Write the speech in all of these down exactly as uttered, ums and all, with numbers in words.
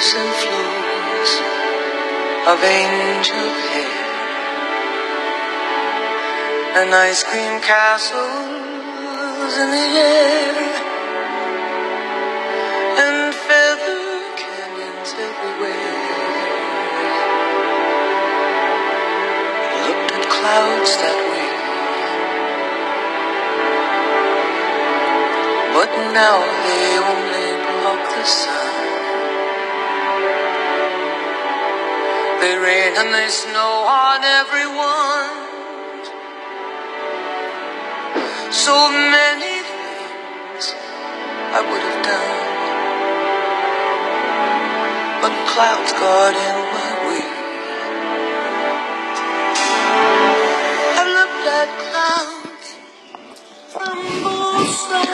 flows and flows of angel hair, and ice cream castles in the air, and feather canyons everywhere. Looked at clouds that way, but now they only block the sun. They rain and they snow on everyone. So many things I would have done, but clouds got in my way. I looked at clouds from both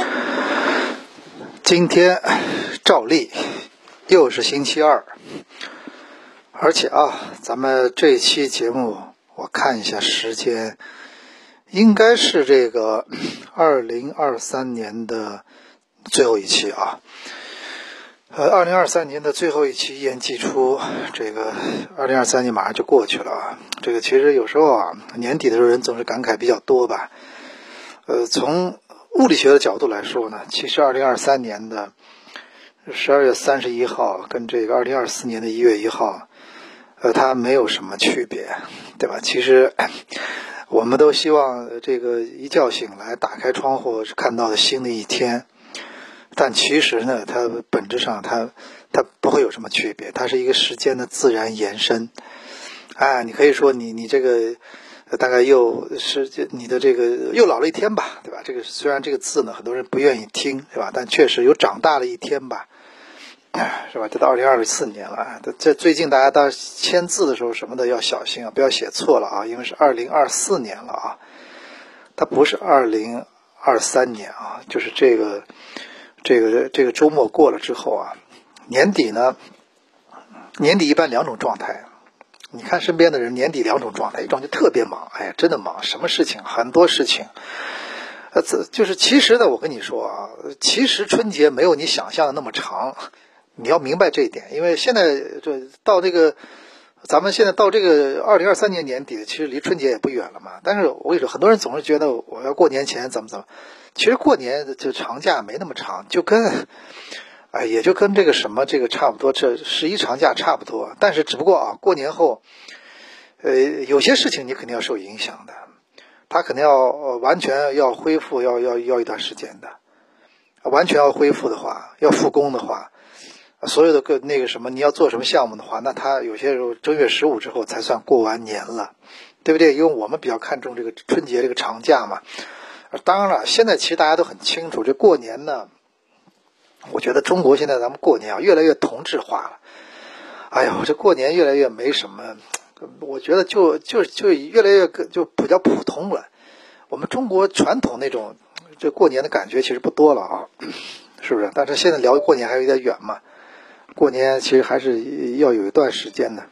sides. 今天照例又是星期二，而且啊，咱们这一期节目我看一下时间，应该是这个二零二三年的最后一期啊。呃，二零二三年的最后一期一言既出，这个二零二三年马上就过去了啊。这个其实有时候啊，年底的时候人总是感慨比较多吧。呃，从物理学的角度来说呢，其实二零二三年的十二月三十一号跟这个二零二四年的一月一号，呃，它没有什么区别，对吧？其实我们都希望这个一觉醒来，打开窗户是看到的新的一天，但其实呢，它本质上它它不会有什么区别，它是一个时间的自然延伸。哎，你可以说你你这个大概又是你的这个又老了一天吧，对吧？这个虽然这个字呢很多人不愿意听，对吧？但确实有长大了一天吧，是吧？这到二零二四年了，这最近大家到签字的时候什么的要小心啊，不要写错了啊，因为是二零二四年了啊，它不是二零二三年啊，就是这个这个这个周末过了之后啊，年底呢，年底一般两种状态。你看身边的人年底两种状态，一种就特别忙，哎呀，真的忙，什么事情，很多事情。呃，这就是其实呢，我跟你说啊，其实春节没有你想象的那么长，你要明白这一点，因为现在这到这个，咱们现在到这个二零二三年年底，其实离春节也不远了嘛。但是我跟你说，很多人总是觉得我要过年前怎么怎么，其实过年就长假没那么长，就跟。哎，也就跟这个什么这个差不多，这十一长假差不多。但是只不过啊，过年后，呃，有些事情你肯定要受影响的，它肯定要、呃、完全要恢复，要要要一段时间的。完全要恢复的话，要复工的话，所有的个那个什么，你要做什么项目的话，那它有些时候正月十五之后才算过完年了，对不对？因为我们比较看重这个春节这个长假嘛。当然了，现在其实大家都很清楚，这过年呢。我觉得中国现在咱们过年啊越来越同质化了，哎呦，这过年越来越没什么，我觉得就就就越来越就比较普通了。我们中国传统那种这过年的感觉其实不多了啊，是不是？但是现在聊过年还有点远嘛，过年其实还是要有一段时间的。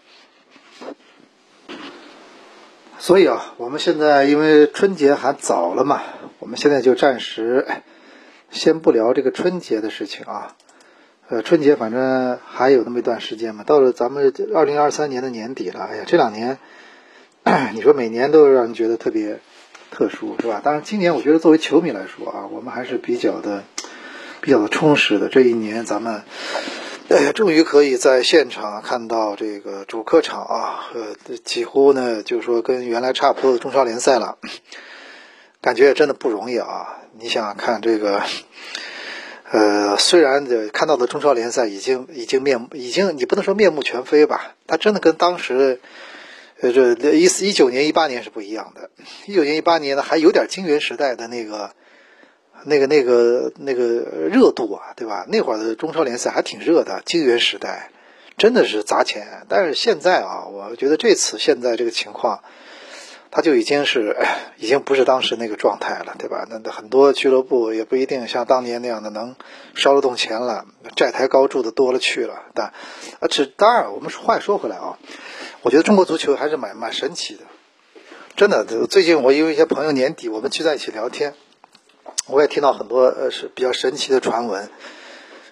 所以啊，我们现在因为春节还早了嘛，我们现在就暂时。先不聊这个春节的事情啊，呃，春节反正还有那么一段时间嘛，到了咱们二零二三年的年底了，哎呀，这两年，你说每年都让人觉得特别特殊，是吧？当然，今年我觉得作为球迷来说啊，我们还是比较的、比较的充实的。这一年咱们，哎呀，终于可以在现场看到这个主客场啊，呃，几乎呢，就是说跟原来差不多的中超联赛了。感觉也真的不容易啊！你想想看，这个，呃，虽然看到的中超联赛已经已经面已经你不能说面目全非吧，它真的跟当时，呃，这一四一九年一八年是不一样的。一九年一八年呢，还有点金元时代的那个那个那个那个热度啊，对吧？那会儿的中超联赛还挺热的，金元时代真的是砸钱。但是现在啊，我觉得这次现在这个情况。他就已经是已经不是当时那个状态了，对吧？那很多俱乐部也不一定像当年那样的能烧得动钱了，债台高筑的多了去了。但啊，这当然我们话说回来啊，我觉得中国足球还是蛮蛮神奇的，真的。最近我因为一些朋友年底我们聚在一起聊天，我也听到很多呃是比较神奇的传闻。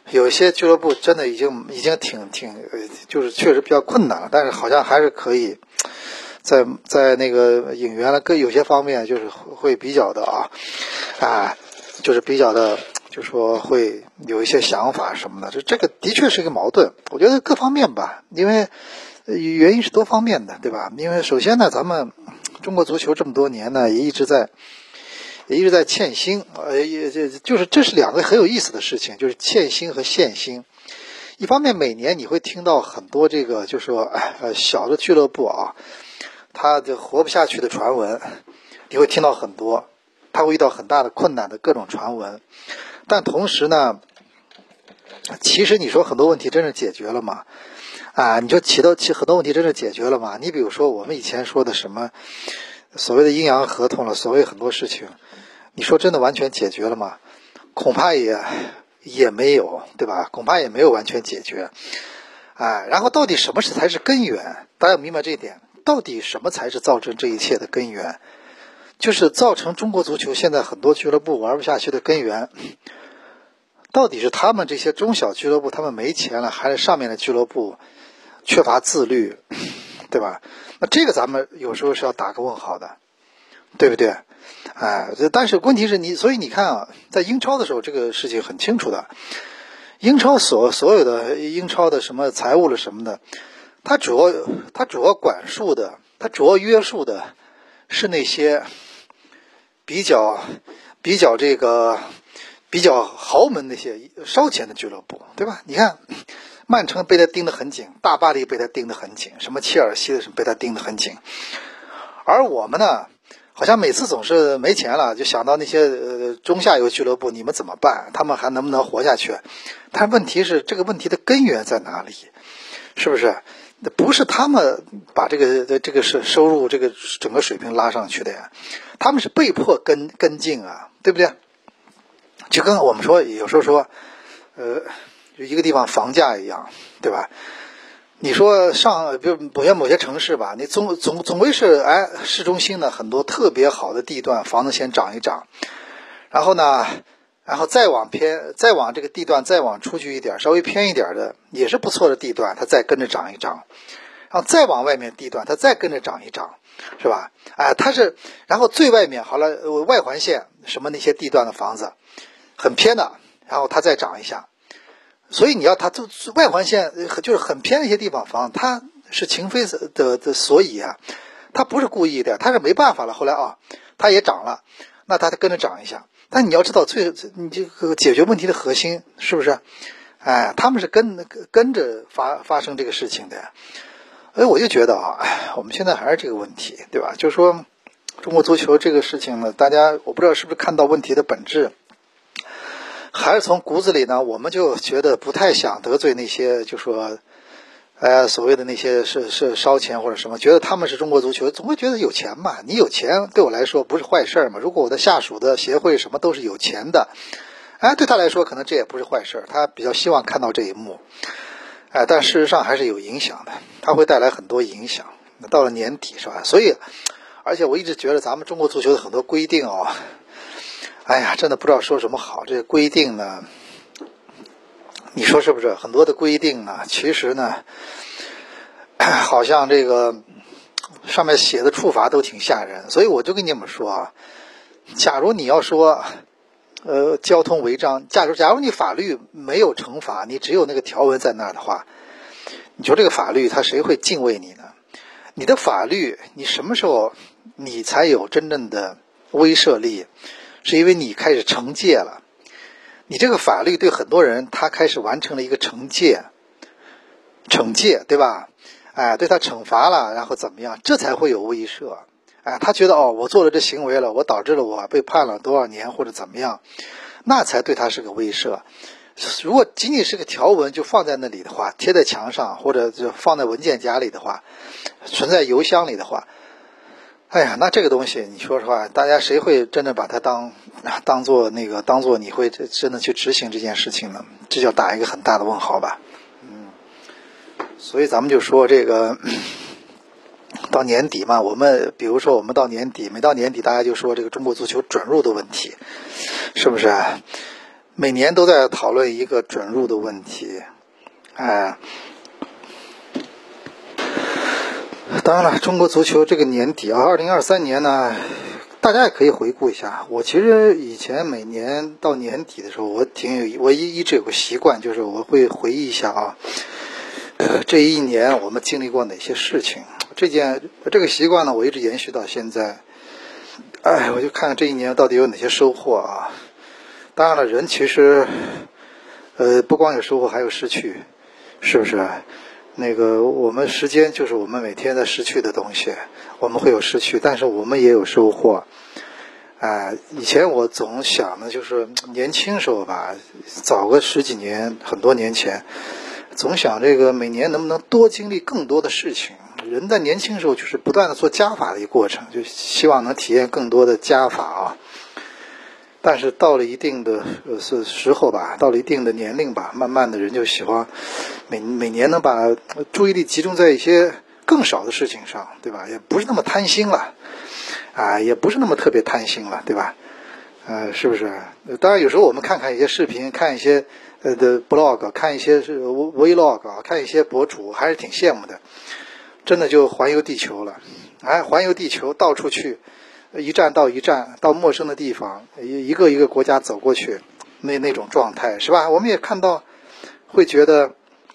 有些俱乐部真的已经已经挺挺就是确实比较困难了，但是好像还是可以在在那个引援了各有些方面就是会比较的啊啊就是比较的就说会有一些想法什么的，这这个的确是一个矛盾。我觉得各方面吧，因为原因是多方面的，对吧？因为首先呢，咱们中国足球这么多年呢，也一直在也一直在欠薪，呃，也这就是这是两个很有意思的事情，就是欠薪和限薪。一方面，每年你会听到很多这个，就是说呃小的俱乐部啊，他就活不下去的传闻，你会听到很多，他会遇到很大的困难的各种传闻。但同时呢，其实你说很多问题真正解决了吗？啊，你说起到起很多问题真正解决了吗？你比如说我们以前说的什么所谓的阴阳合同了，所谓很多事情，你说真的完全解决了吗？恐怕也也没有，对吧？恐怕也没有完全解决。啊，然后到底什么是才是根源？大家明白这一点？到底什么才是造成这一切的根源？就是造成中国足球现在很多俱乐部玩不下去的根源，到底是他们这些中小俱乐部他们没钱了，还是上面的俱乐部缺乏自律，对吧？那这个咱们有时候是要打个问号的，对不对？哎，但是问题是你，所以你看啊，在英超的时候，这个事情很清楚的。英超所所有的英超的什么财务了什么的，它主要它主要管束的，它主要约束的是那些比较比较这个比较豪门那些烧钱的俱乐部，对吧？你看曼城被他盯得很紧，大巴黎被他盯得很紧，什么切尔西的什么被他盯得很紧，而我们呢，好像每次总是没钱了，就想到那些呃中下游俱乐部，你们怎么办？他们还能不能活下去？但问题是，这个问题的根源在哪里？是不是？不是他们把这个这个是收入这个整个水平拉上去的呀，他们是被迫跟跟进啊，对不对？就跟我们说，有时候说，呃，就一个地方房价一样，对吧？你说上，比如某些某些城市吧，你总总总归是，哎，市中心的很多特别好的地段，房子先涨一涨，然后呢，然后再往偏，再往这个地段再往出去一点，稍微偏一点的，也是不错的地段，它再跟着涨一涨，然后再往外面地段，它再跟着涨一涨，是吧？哎，它是，然后最外面好了，外环线什么那些地段的房子，很偏的，然后它再涨一下。所以你要它就外环线就是很偏的一些地方房，它是情非的的所以啊，它不是故意的，它是没办法了。后来啊，它也涨了，那它跟着涨一下。但你要知道最你这个解决问题的核心是不是？哎，他们是跟跟着发发生这个事情的。哎，我就觉得啊，我们现在还是这个问题，对吧？就是说中国足球这个事情呢，大家我不知道是不是看到问题的本质。还是从骨子里呢，我们就觉得不太想得罪那些，就说，呃，所谓的那些是是烧钱或者什么，觉得他们是中国足球，总会觉得有钱嘛。你有钱对我来说不是坏事嘛。如果我的下属的协会什么都是有钱的，哎，对他来说可能这也不是坏事，他比较希望看到这一幕，哎，但事实上还是有影响的，它会带来很多影响。到了年底是吧？所以，而且我一直觉得咱们中国足球的很多规定哦。哎呀，真的不知道说什么好。这个规定呢，你说是不是？很多的规定呢，其实呢，好像这个上面写的处罚都挺吓人。所以我就跟你们说啊，假如你要说，呃，交通违章，假如假如你法律没有惩罚，你只有那个条文在那儿的话，你说这个法律它谁会敬畏你呢？你的法律，你什么时候你才有真正的威慑力？是因为你开始惩戒了，你这个法律对很多人他开始完成了一个惩戒，惩戒对吧？哎，对他惩罚了，然后怎么样，这才会有威慑。哎，他觉得哦，我做了这行为了，我导致了我被判了多少年或者怎么样，那才对他是个威慑。如果仅仅是个条文就放在那里的话，贴在墙上或者就放在文件夹里的话，存在邮箱里的话，哎呀，那这个东西，你说实话，大家谁会真的把它当当做那个当做你会真的去执行这件事情呢？这叫打一个很大的问号吧。嗯，所以咱们就说这个到年底嘛，我们比如说我们到年底，每到年底大家就说这个中国足球准入的问题，是不是？ 每年都在讨论一个准入的问题，哎，当然了，中国足球这个年底啊，二零二三年呢，大家也可以回顾一下。我其实以前每年到年底的时候，我挺有，我一一直有个习惯，就是我会回忆一下啊，呃，这一年我们经历过哪些事情。这件这个习惯呢，我一直延续到现在。哎，我就看看这一年到底有哪些收获啊。当然了，人其实，呃，不光有收获，还有失去，是不是？那个，我们时间就是我们每天在失去的东西，我们会有失去，但是我们也有收获。哎、呃，以前我总想的就是年轻时候吧，早个十几年，很多年前，总想这个每年能不能多经历更多的事情。人在年轻时候就是不断的做加法的一个过程，就希望能体验更多的加法啊。但是到了一定的呃时候吧，到了一定的年龄吧，慢慢的人就喜欢每每年能把注意力集中在一些更少的事情上，对吧？也不是那么贪心了，啊，也不是那么特别贪心了，对吧？呃，是不是？当然有时候我们看看一些视频，看一些呃的 blog， 看一些是 vlog， 看一些博主，还是挺羡慕的。真的就环游地球了，哎，环游地球，到处去。一站到一站，到陌生的地方，一个一个国家走过去，那那种状态是吧？我们也看到，会觉得，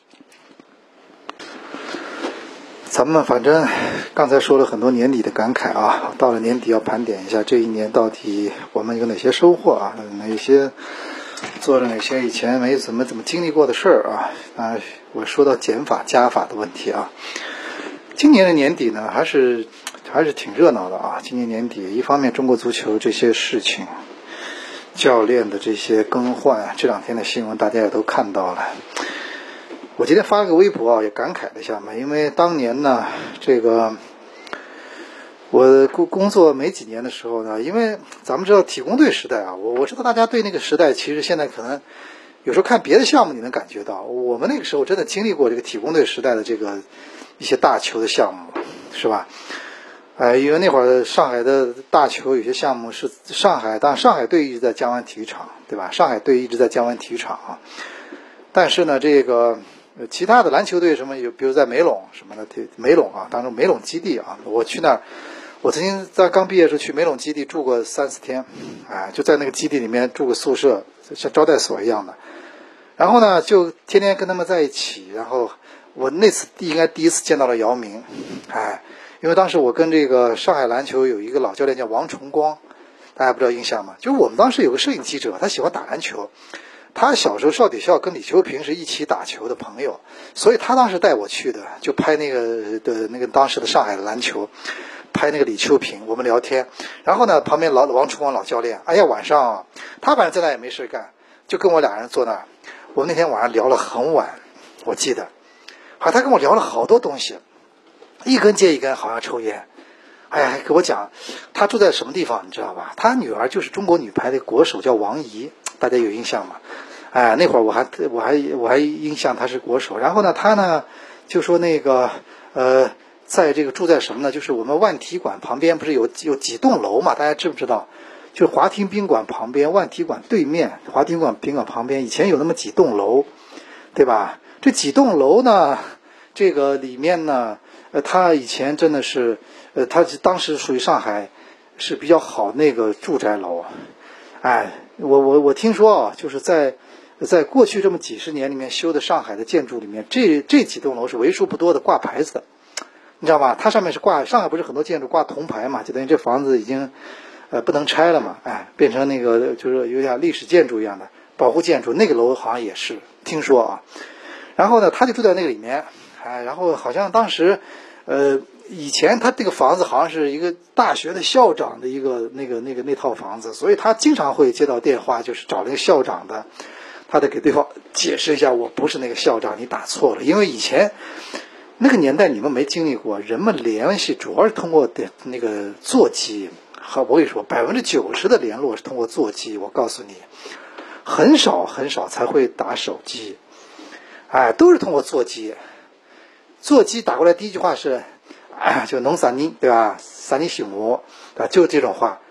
咱们反正刚才说了很多年底的感慨啊，到了年底要盘点一下这一年到底我们有哪些收获啊，哪些做了哪些以前没怎么怎么经历过的事儿啊啊！我说到减法加法的问题啊，今年的年底呢，还是。还是挺热闹的啊！今年年底，一方面中国足球这些事情，教练的这些更换，这两天的新闻大家也都看到了。我今天发了个微博啊，也感慨了一下嘛，因为当年呢，这个我工工作没几年的时候呢，因为咱们知道体工队时代啊，我我知道大家对那个时代，其实现在可能有时候看别的项目你能感觉到，我们那个时候真的经历过这个体工队时代的这个一些大球的项目，是吧？哎，因为那会儿上海的大球有些项目是上海，当然上海队一直在江湾体育场，对吧？上海队一直在江湾体育场啊。但是呢，这个其他的篮球队什么有，比如在梅陇什么的，梅陇啊，当中梅陇基地啊，我去那儿，我曾经在刚毕业时候去梅陇基地住过三四天，哎，就在那个基地里面住个宿舍，像招待所一样的。然后呢，就天天跟他们在一起。然后我那次应该第一次见到了姚明，哎。因为当时我跟这个上海篮球有一个老教练叫王崇光，大家不知道印象吗？就是我们当时有个摄影记者，他喜欢打篮球，他小时候少体校跟李秋平是一起打球的朋友，所以他当时带我去的，就拍那个的那个当时的上海的篮球，拍那个李秋平，我们聊天。然后呢，旁边老王崇光老教练，哎呀，晚上啊，他反正在那也没事干，就跟我俩人坐那儿。我们那天晚上聊了很晚，我记得，好，他跟我聊了好多东西。一根接一根，好像抽烟。哎呀，还给我讲他住在什么地方，你知道吧？他女儿就是中国女排的国手，叫王怡，大家有印象吗？哎，那会儿我还我还我还印象他是国手。然后呢，他呢就说那个呃，在这个住在什么呢？就是我们万体馆旁边不是有有几栋楼嘛？大家知不知道？就是华庭宾馆旁边，万体馆对面，华庭馆宾馆旁边以前有那么几栋楼，对吧？这几栋楼呢，这个里面呢。呃，他以前真的是，呃，他当时属于上海是比较好那个住宅楼，哎，我我我听说啊，就是在在过去这么几十年里面修的上海的建筑里面，这这几栋楼是为数不多的挂牌子的，你知道吧？它上面是挂上海不是很多建筑挂铜牌嘛，就等于这房子已经呃不能拆了嘛，哎，变成那个就是有点历史建筑一样的保护建筑，那个楼好像也是听说啊，然后呢，他就住在那个里面。哎，然后好像当时，呃，以前他这个房子好像是一个大学的校长的一个那个那个那套房子，所以他经常会接到电话，就是找那个校长的，他得给对方解释一下，我不是那个校长，你打错了。因为以前那个年代你们没经历过，人们联系主要是通过的那个座机，和我跟你说，百分之九十的联络是通过座机，我告诉你，很少很少才会打手机，哎，都是通过座机。座机打过来第一句话是，哎，就侬啥人对吧？啥人寻我，对吧？就这种话。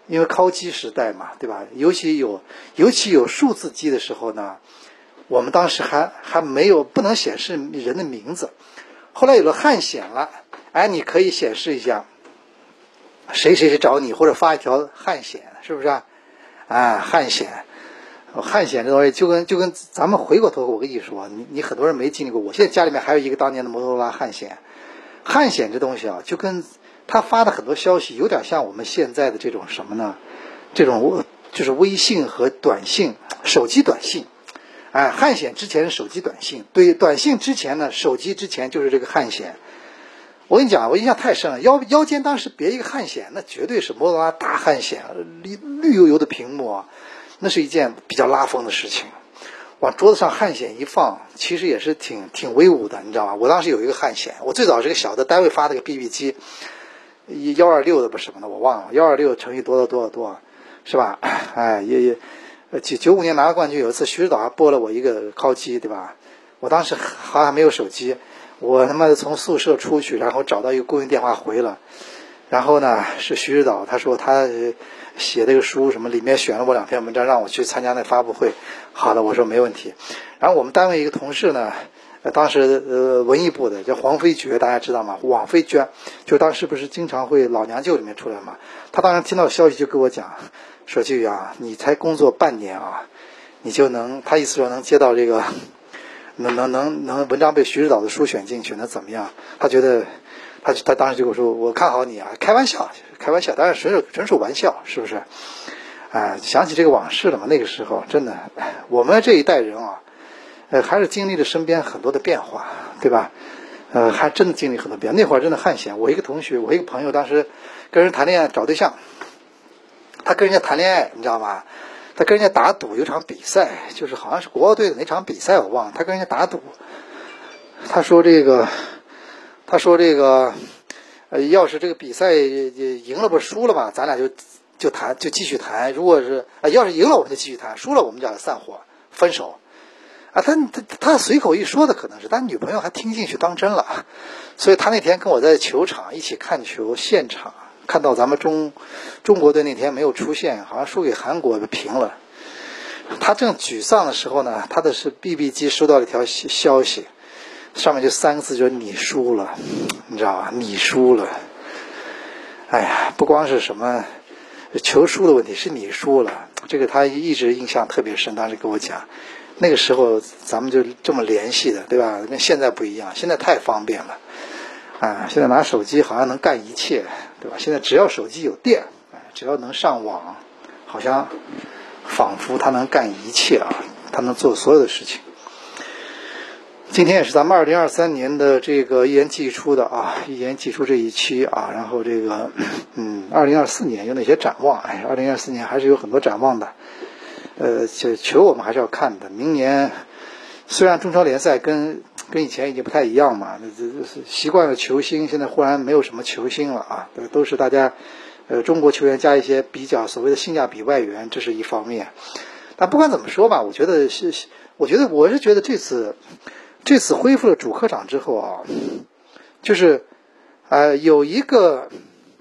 因为敲击时代嘛，对吧？尤其有尤其有数字机的时候呢，我们当时还还没有不能显示人的名字，后来有了汉显了，哎，你可以显示一下谁谁谁找你，或者发一条汉显，是不是啊？啊，汉显，汉显这东西就跟就跟咱们回过头，我跟你说，你你很多人没经历过，我现在家里面还有一个当年的摩托罗拉汉显，汉显这东西啊，就跟他发的很多消息有点像我们现在的这种什么呢？这种就是微信和短信，手机短信。哎，汉显之前是手机短信，对，短信之前呢，手机之前就是这个汉显。我跟你讲，我印象太深了，腰腰间当时别一个汉显，那绝对是摩托罗拉大汉显，绿绿油油的屏幕啊，那是一件比较拉风的事情。往桌子上汉显一放，其实也是挺挺威武的，你知道吗？我当时有一个汉显，我最早是个小的单位发的个 B B 机，幺二六的不什么的，我忘了，幺二六乘以多少多少多少，是吧？哎，也也。呃，九九五年拿了冠军，有一次徐指导还拨了我一个敲机，对吧？我当时还还没有手机，我他妈从宿舍出去，然后找到一个公用电话回了，然后呢是徐指导，他说他写这个书什么，里面选了我两篇文章，让我去参加那发布会。好的，我说没问题。然后我们单位一个同事呢，呃、当时呃文艺部的叫黄飞觉，大家知道吗？网飞娟，就当时不是经常会老娘舅里面出来嘛？他当时听到消息就跟我讲。说句啊，你才工作半年啊，你就能，他意思说能接到这个，能能能能文章被徐指导的书选进去，那怎么样？他觉得，他他当时就跟我说，我看好你啊，开玩笑，开玩笑，当然纯属纯属玩笑，是不是？哎，想起这个往事了嘛，那个时候真的，我们这一代人啊，呃，还是经历了身边很多的变化，对吧？呃，还真的经历很多变化。那会儿真的汉显，我一个同学，我一个朋友，当时跟人谈恋爱找对象。他跟人家谈恋爱，你知道吗？他跟人家打赌，有场比赛，就是好像是国奥队的哪场比赛，我忘了。他跟人家打赌，他说这个，他说这个，呃，要是这个比赛赢了不输了吧，咱俩就就谈，就继续谈。如果是啊，要是赢了我们就继续谈，输了我们就散伙分手。啊，他他他随口一说的可能是，但女朋友还听进去当真了，所以他那天跟我在球场一起看球，现场。看到咱们中中国队那天没有出现，好像输给韩国平了。他正沮丧的时候呢，他的是 B B 机收到了一条消息，上面就三个字，就是你输了，你知道吧？你输了。哎呀，不光是什么球输的问题，是你输了。这个他一直印象特别深，当时跟我讲，那个时候咱们就这么联系的，对吧？跟现在不一样，现在太方便了。啊，现在拿手机好像能干一切，对吧？现在只要手机有电，哎，只要能上网，好像仿佛它能干一切啊，它能做所有的事情。今天也是咱们二零二三年的这个一言既出的啊，一言既出这一期啊，然后这个嗯，二零二四年有哪些展望？哎，二零二四年还是有很多展望的。呃，球球我们还是要看的。明年虽然中超联赛跟跟以前已经不太一样嘛，这这习惯了球星，现在忽然没有什么球星了啊，都是大家，呃，中国球员加一些比较所谓的性价比外援，这是一方面。但不管怎么说吧，我觉得是，我觉得我是觉得这次，这次恢复了主客场之后啊，就是，呃，有一个，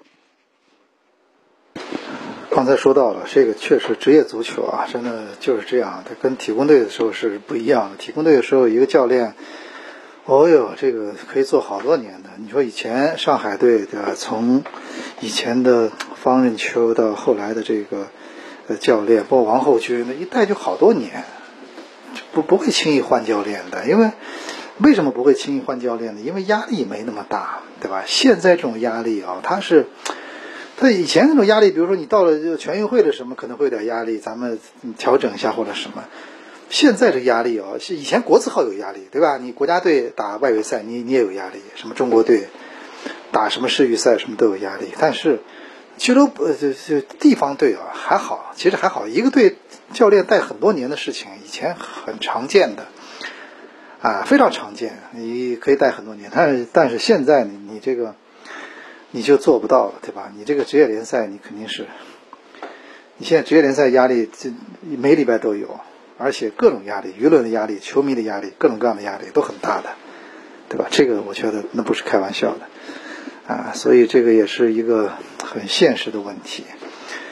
刚才说到了，这个确实职业足球啊，真的就是这样，它跟体工队的时候是不一样的。体工队的时候，一个教练。哦哟，这个可以做好多年的。你说以前上海队对吧？从以前的方任秋到后来的这个呃教练，包括王后军，那一带就好多年，不不会轻易换教练的。因为为什么不会轻易换教练呢？因为压力没那么大，对吧？现在这种压力啊，它是他以前那种压力，比如说你到了全运会的什么可能会有点压力，咱们调整一下或者什么。现在这个压力哦，是以前国字号有压力，对吧？你国家队打外围赛，你你也有压力，什么中国队打什么世预赛，什么都有压力。但是俱乐部就就地方队啊还好，其实还好，一个队教练带很多年的事情，以前很常见的啊，非常常见，你可以带很多年。但是但是现在你你这个你就做不到了，对吧？你这个职业联赛，你肯定是，你现在职业联赛压力，这每礼拜都有。而且各种压力，舆论的压力，球迷的压力，各种各样的压力都很大的，对吧？这个我觉得那不是开玩笑的啊，所以这个也是一个很现实的问题。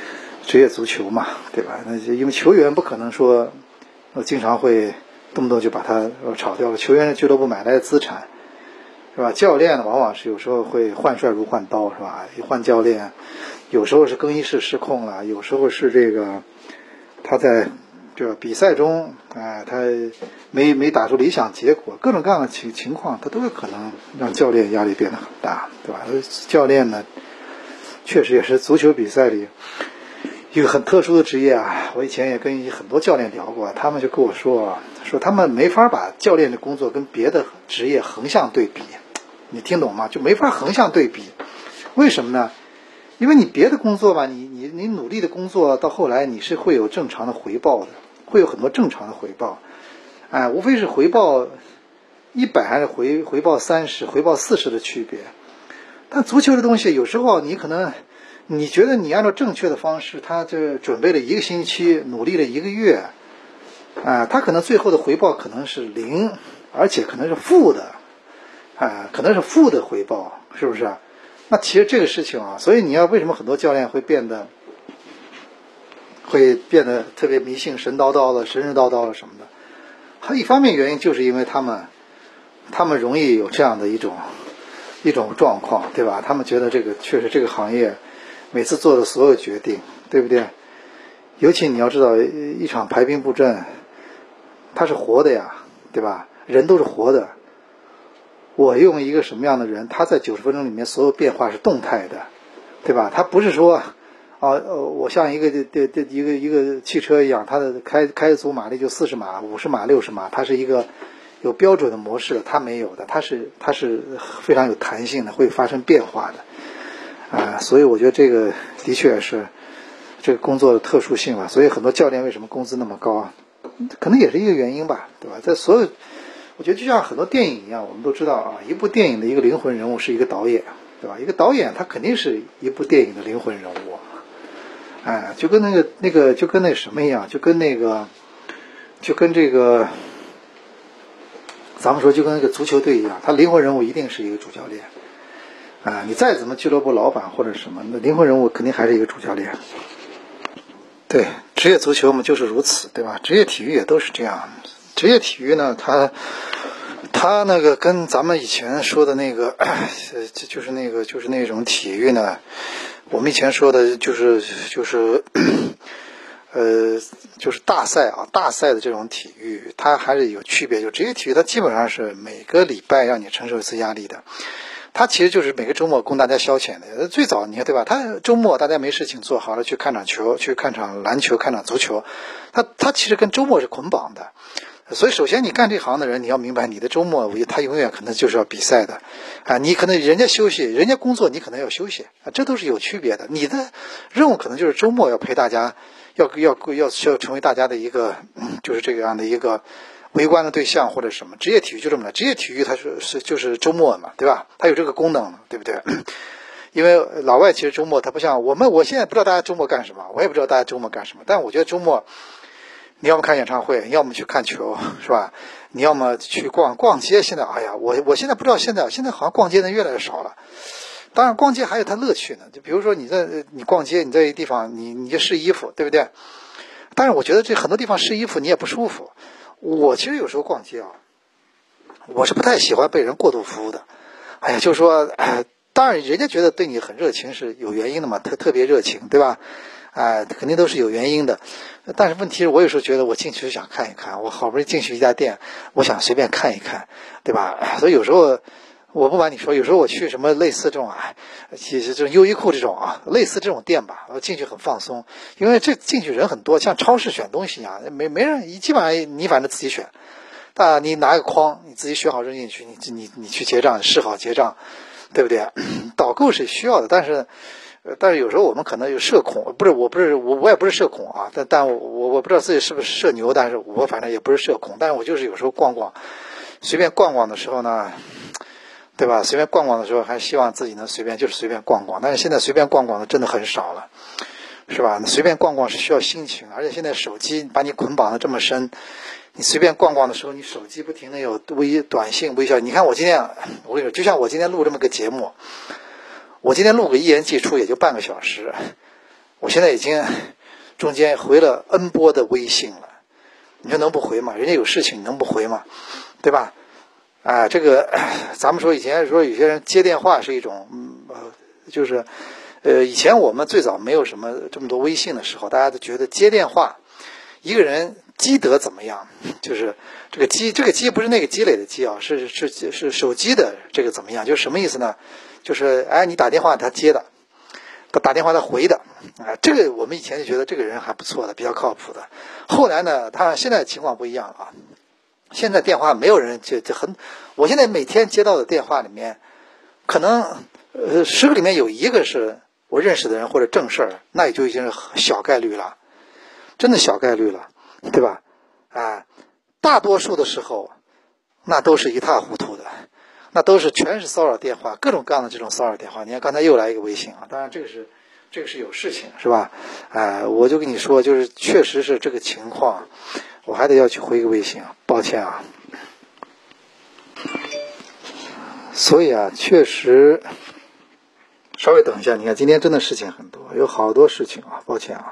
职业足球嘛，对吧？那就因为球员不可能说，我经常会动不动就把他炒掉了。球员是俱乐部买来的资产，是吧？教练往往是有时候会换帅如换刀，是吧？一换教练，有时候是更衣室失控了，有时候是这个他在这个比赛中，哎、呃，他没没打出理想结果，各种各样的情情况，他都有可能让教练压力变得很大，对吧？教练呢，确实也是足球比赛里一个很特殊的职业啊。我以前也跟很多教练聊过，他们就跟我说，说他们没法把教练的工作跟别的职业横向对比，你听懂吗？就没法横向对比，为什么呢？因为你别的工作吧，你你你努力的工作到后来你是会有正常的回报的，会有很多正常的回报，哎，无非是回报一百还是回回报三十、回报四十的区别。但足球的东西有时候你可能你觉得你按照正确的方式，他这准备了一个星期，努力了一个月，啊，他可能最后的回报可能是零，而且可能是负的，啊，可能是负的回报，是不是？那其实这个事情啊，所以你要为什么很多教练会变得会变得特别迷信、神叨叨的、神神叨叨的什么的？还一方面原因就是因为他们他们容易有这样的一种一种状况，对吧？他们觉得这个确实这个行业每次做的所有决定，对不对？尤其你要知道，一场排兵布阵，它是活的呀，对吧？人都是活的。我用一个什么样的人，他在九十分钟里面所有变化是动态的，对吧？他不是说啊，呃，我像一个这这一个一个汽车一样，它的开开足马力就四十码、五十码、六十码，它是一个有标准的模式的，它没有的，它是它是非常有弹性的，会发生变化的，啊、呃，所以我觉得这个的确是这个工作的特殊性吧。所以很多教练为什么工资那么高，可能也是一个原因吧，对吧？在所有我觉得就像很多电影一样，我们都知道啊，一部电影的一个灵魂人物是一个导演，对吧？一个导演他肯定是一部电影的灵魂人物，哎，就跟那个那个就跟那什么一样，就跟那个就跟这个咱们说就跟那个足球队一样，他灵魂人物一定是一个主教练啊。你再怎么俱乐部老板或者什么，那灵魂人物肯定还是一个主教练。对，职业足球嘛就是如此，对吧？职业体育也都是这样。职业体育呢，它它那个跟咱们以前说的那个，就是那个就是那种体育呢，我们以前说的就是就是呃就是大赛啊，大赛的这种体育，它还是有区别。就职业体育，它基本上是每个礼拜让你承受一次压力的。它其实就是每个周末供大家消遣的。最早你看对吧？它周末大家没事情做，好了去看场球，去看场篮球，看场足球，它它其实跟周末是捆绑的。所以首先你干这行的人，你要明白你的周末他永远可能就是要比赛的啊，你可能人家休息，人家工作，你可能要休息啊，这都是有区别的。你的任务可能就是周末要陪大家，要要要要成为大家的一个就是这样的一个围观的对象或者什么。职业体育就这么来，职业体育它是是就是周末嘛，对吧？它有这个功能，对不对？因为老外其实周末它不像我们，我现在不知道大家周末干什么，我也不知道大家周末干什么，但我觉得周末你要么看演唱会，你要么去看球，是吧？你要么去逛逛街。现在，哎呀，我我现在不知道，现在现在好像逛街的越来越少了。当然，逛街还有它乐趣呢。就比如说你在你逛街，你在一个地方，你你就试衣服，对不对？但是我觉得这很多地方试衣服你也不舒服。我其实有时候逛街啊，我是不太喜欢被人过度服务的。哎呀，就是说，呃、当然人家觉得对你很热情是有原因的嘛，特特别热情，对吧？哎、呃，肯定都是有原因的。但是问题是我有时候觉得我进去就想看一看，我好不容易进去一家店，我想随便看一看，对吧？所以有时候我不瞒你说，有时候我去什么类似这种啊，其实这种优衣库这种啊，类似这种店吧，我进去很放松，因为这进去人很多，像超市选东西一样，没没人，基本上你反正自己选，啊，你拿个筐，你自己选好扔进去，你你你去结账，试好结账，对不对？导购是需要的，但是。但是有时候我们可能有社恐，不是，我不是我我也不是社恐啊，但但我我不知道自己是不是社牛，但是我反正也不是社恐，但是我就是有时候逛逛，随便逛逛的时候呢，对吧？随便逛逛的时候还希望自己能随便就是随便逛逛，但是现在随便逛逛的真的很少了，是吧？随便逛逛是需要心情，而且现在手机把你捆绑的这么深，你随便逛逛的时候，你手机不停的有微短信微笑，你看我今天我跟你说，就像我今天录这么个节目。我今天录个一言既出也就半个小时，我现在已经中间回了 N 波的微信了，你说能不回吗？人家有事情能不回吗？对吧？啊，这个咱们说以前说有些人接电话是一种，嗯，呃，就是呃，以前我们最早没有什么这么多微信的时候，大家都觉得接电话，一个人积德怎么样？就是这个积，这个积不是那个积累的积啊，是是是手机的这个怎么样？就是什么意思呢？就是哎，你打电话他接的，他打电话他回的，啊，这个我们以前就觉得这个人还不错的，比较靠谱的。后来呢，他现在情况不一样啊。现在电话没有人就就很，我现在每天接到的电话里面，可能呃十个里面有一个是我认识的人或者正事儿，那也就已经是小概率了，真的小概率了，对吧？啊，大多数的时候，那都是一塌糊涂的，那都是全是骚扰电话，各种各样的这种骚扰电话。你看刚才又来一个微信啊，当然这个是这个是有事情是吧？哎、呃，我就跟你说，就是确实是这个情况。我还得要去回个微信啊，抱歉啊。所以啊，确实，稍微等一下，你看今天真的事情很多，有好多事情啊，抱歉啊。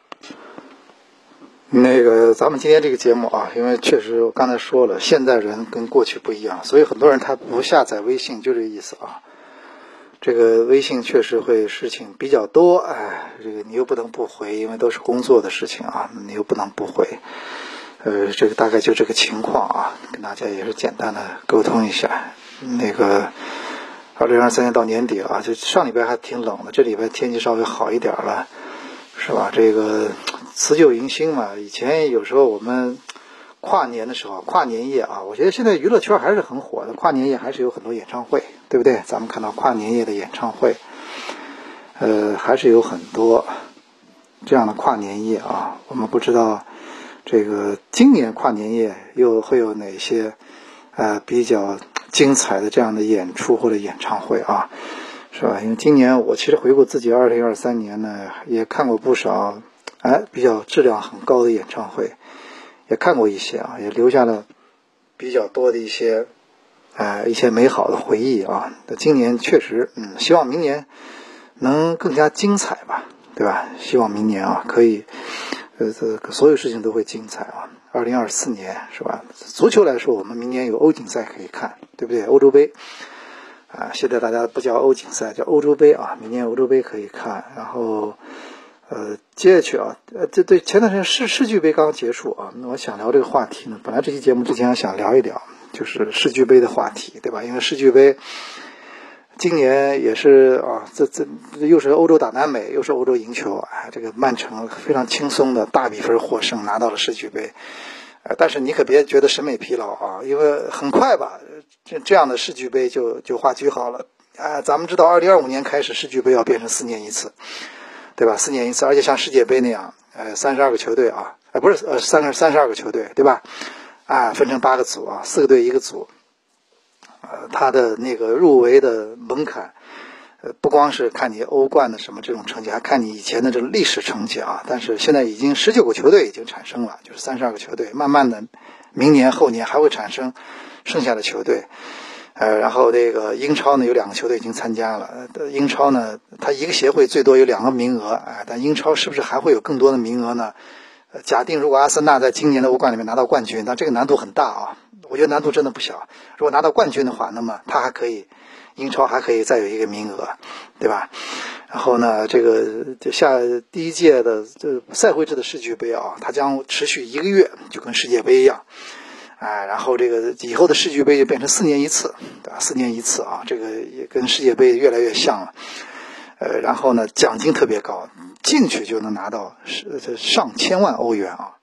那个，咱们今天这个节目啊，因为确实我刚才说了，现在人跟过去不一样，所以很多人他不下载微信，就这个意思啊。这个微信确实会事情比较多，哎，这个你又不能不回，因为都是工作的事情啊，你又不能不回。呃，这个大概就这个情况啊，跟大家也是简单的沟通一下。那个二零二三年到年底了啊，就上礼拜还挺冷的，这礼拜天气稍微好一点了，是吧？这个辞旧迎新嘛，以前有时候我们跨年的时候，跨年夜啊，我觉得现在娱乐圈还是很火的，跨年夜还是有很多演唱会，对不对？咱们看到跨年夜的演唱会，呃，还是有很多这样的跨年夜啊，我们不知道。这个今年跨年夜又会有哪些呃比较精彩的这样的演出或者演唱会啊，是吧？因为今年我其实回顾自己二零二三年呢，也看过不少哎比较质量很高的演唱会，也看过一些啊，也留下了比较多的一些呃一些美好的回忆啊。今年确实，嗯，希望明年能更加精彩吧，对吧？希望明年啊可以。呃，这个所有事情都会精彩啊！二零二四年是吧？足球来说，我们明年有欧锦赛可以看，对不对？欧洲杯啊，现在大家不叫欧锦赛，叫欧洲杯啊。明年欧洲杯可以看，然后呃，接下去啊，呃，这对前段时间世世俱杯刚刚结束啊，那我想聊这个话题呢。本来这期节目之前想聊一聊，就是世俱杯的话题，对吧？因为世俱杯。今年也是啊，这这又是欧洲打南美，又是欧洲赢球，哎，这个曼城非常轻松的大比分获胜，拿到了世俱杯。呃，但是你可别觉得审美疲劳啊，因为很快吧，这这样的世俱杯就就画句号了。啊，咱们知道，二零二五年开始世俱杯要变成四年一次，对吧？四年一次，而且像世界杯那样，呃，三十二个球队啊，哎，不是呃，三个三十二个球队，对吧？啊，分成八个组啊，四个队一个组。呃，他的那个入围的门槛，呃，不光是看你欧冠的什么这种成绩，还看你以前的这种历史成绩啊。但是现在已经十九个球队已经产生了，就是三十二个球队，慢慢的，明年后年还会产生剩下的球队。呃，然后这个英超呢有两个球队已经参加了，呃、英超呢它一个协会最多有两个名额，哎、呃，但英超是不是还会有更多的名额呢？呃，假定如果阿森纳在今年的欧冠里面拿到冠军，那这个难度很大啊。我觉得难度真的不小，如果拿到冠军的话，那么他还可以，英超还可以再有一个名额，对吧？然后呢，这个就下第一届的这赛会制的世俱杯啊，它将持续一个月，就跟世界杯一样，哎，然后这个以后的世俱杯就变成四年一次，对吧？四年一次啊，这个也跟世界杯越来越像了。呃，然后呢，奖金特别高，进去就能拿到是上千万欧元啊。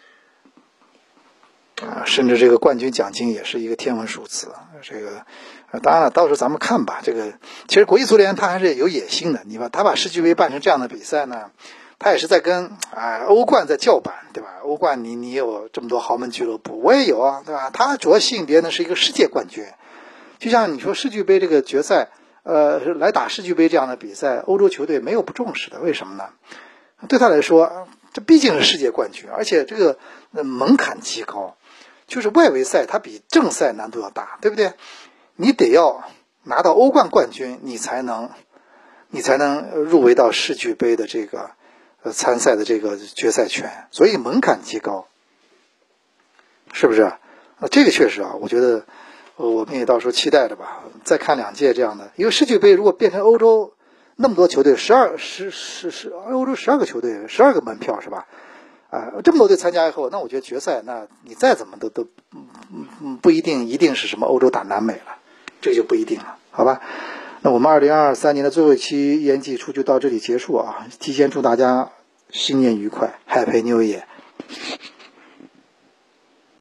啊，甚至这个冠军奖金也是一个天文数字。这个，呃，当然了，到时候咱们看吧。这个其实国际足联它还是有野心的。你把他把世俱杯办成这样的比赛呢，他也是在跟啊欧冠在叫板，对吧？欧冠你你有这么多豪门俱乐部，我也有啊，对吧？他主要吸引别人的是一个世界冠军。就像你说世俱杯这个决赛，呃，来打世俱杯这样的比赛，欧洲球队没有不重视的，为什么呢？对他来说，这毕竟是世界冠军，而且这个门槛极高。就是外围赛它比正赛难度要大，对不对？你得要拿到欧冠冠军，你才能，你才能入围到世俱杯的这个呃参赛的这个决赛权，所以门槛极高，是不是啊？这个确实啊，我觉得我们也到时候期待着吧，再看两届这样的。因为世俱杯如果变成欧洲那么多球队，十二十十十欧洲十二个球队，十二个门票是吧？啊，这么多队参加以后，那我觉得决赛，那你再怎么都都嗯嗯不一定一定是什么欧洲打南美了，这就不一定了，好吧？那我们二零二三年的最后一期研季初就到这里结束啊！提前祝大家新年愉快 ，Happy New Year！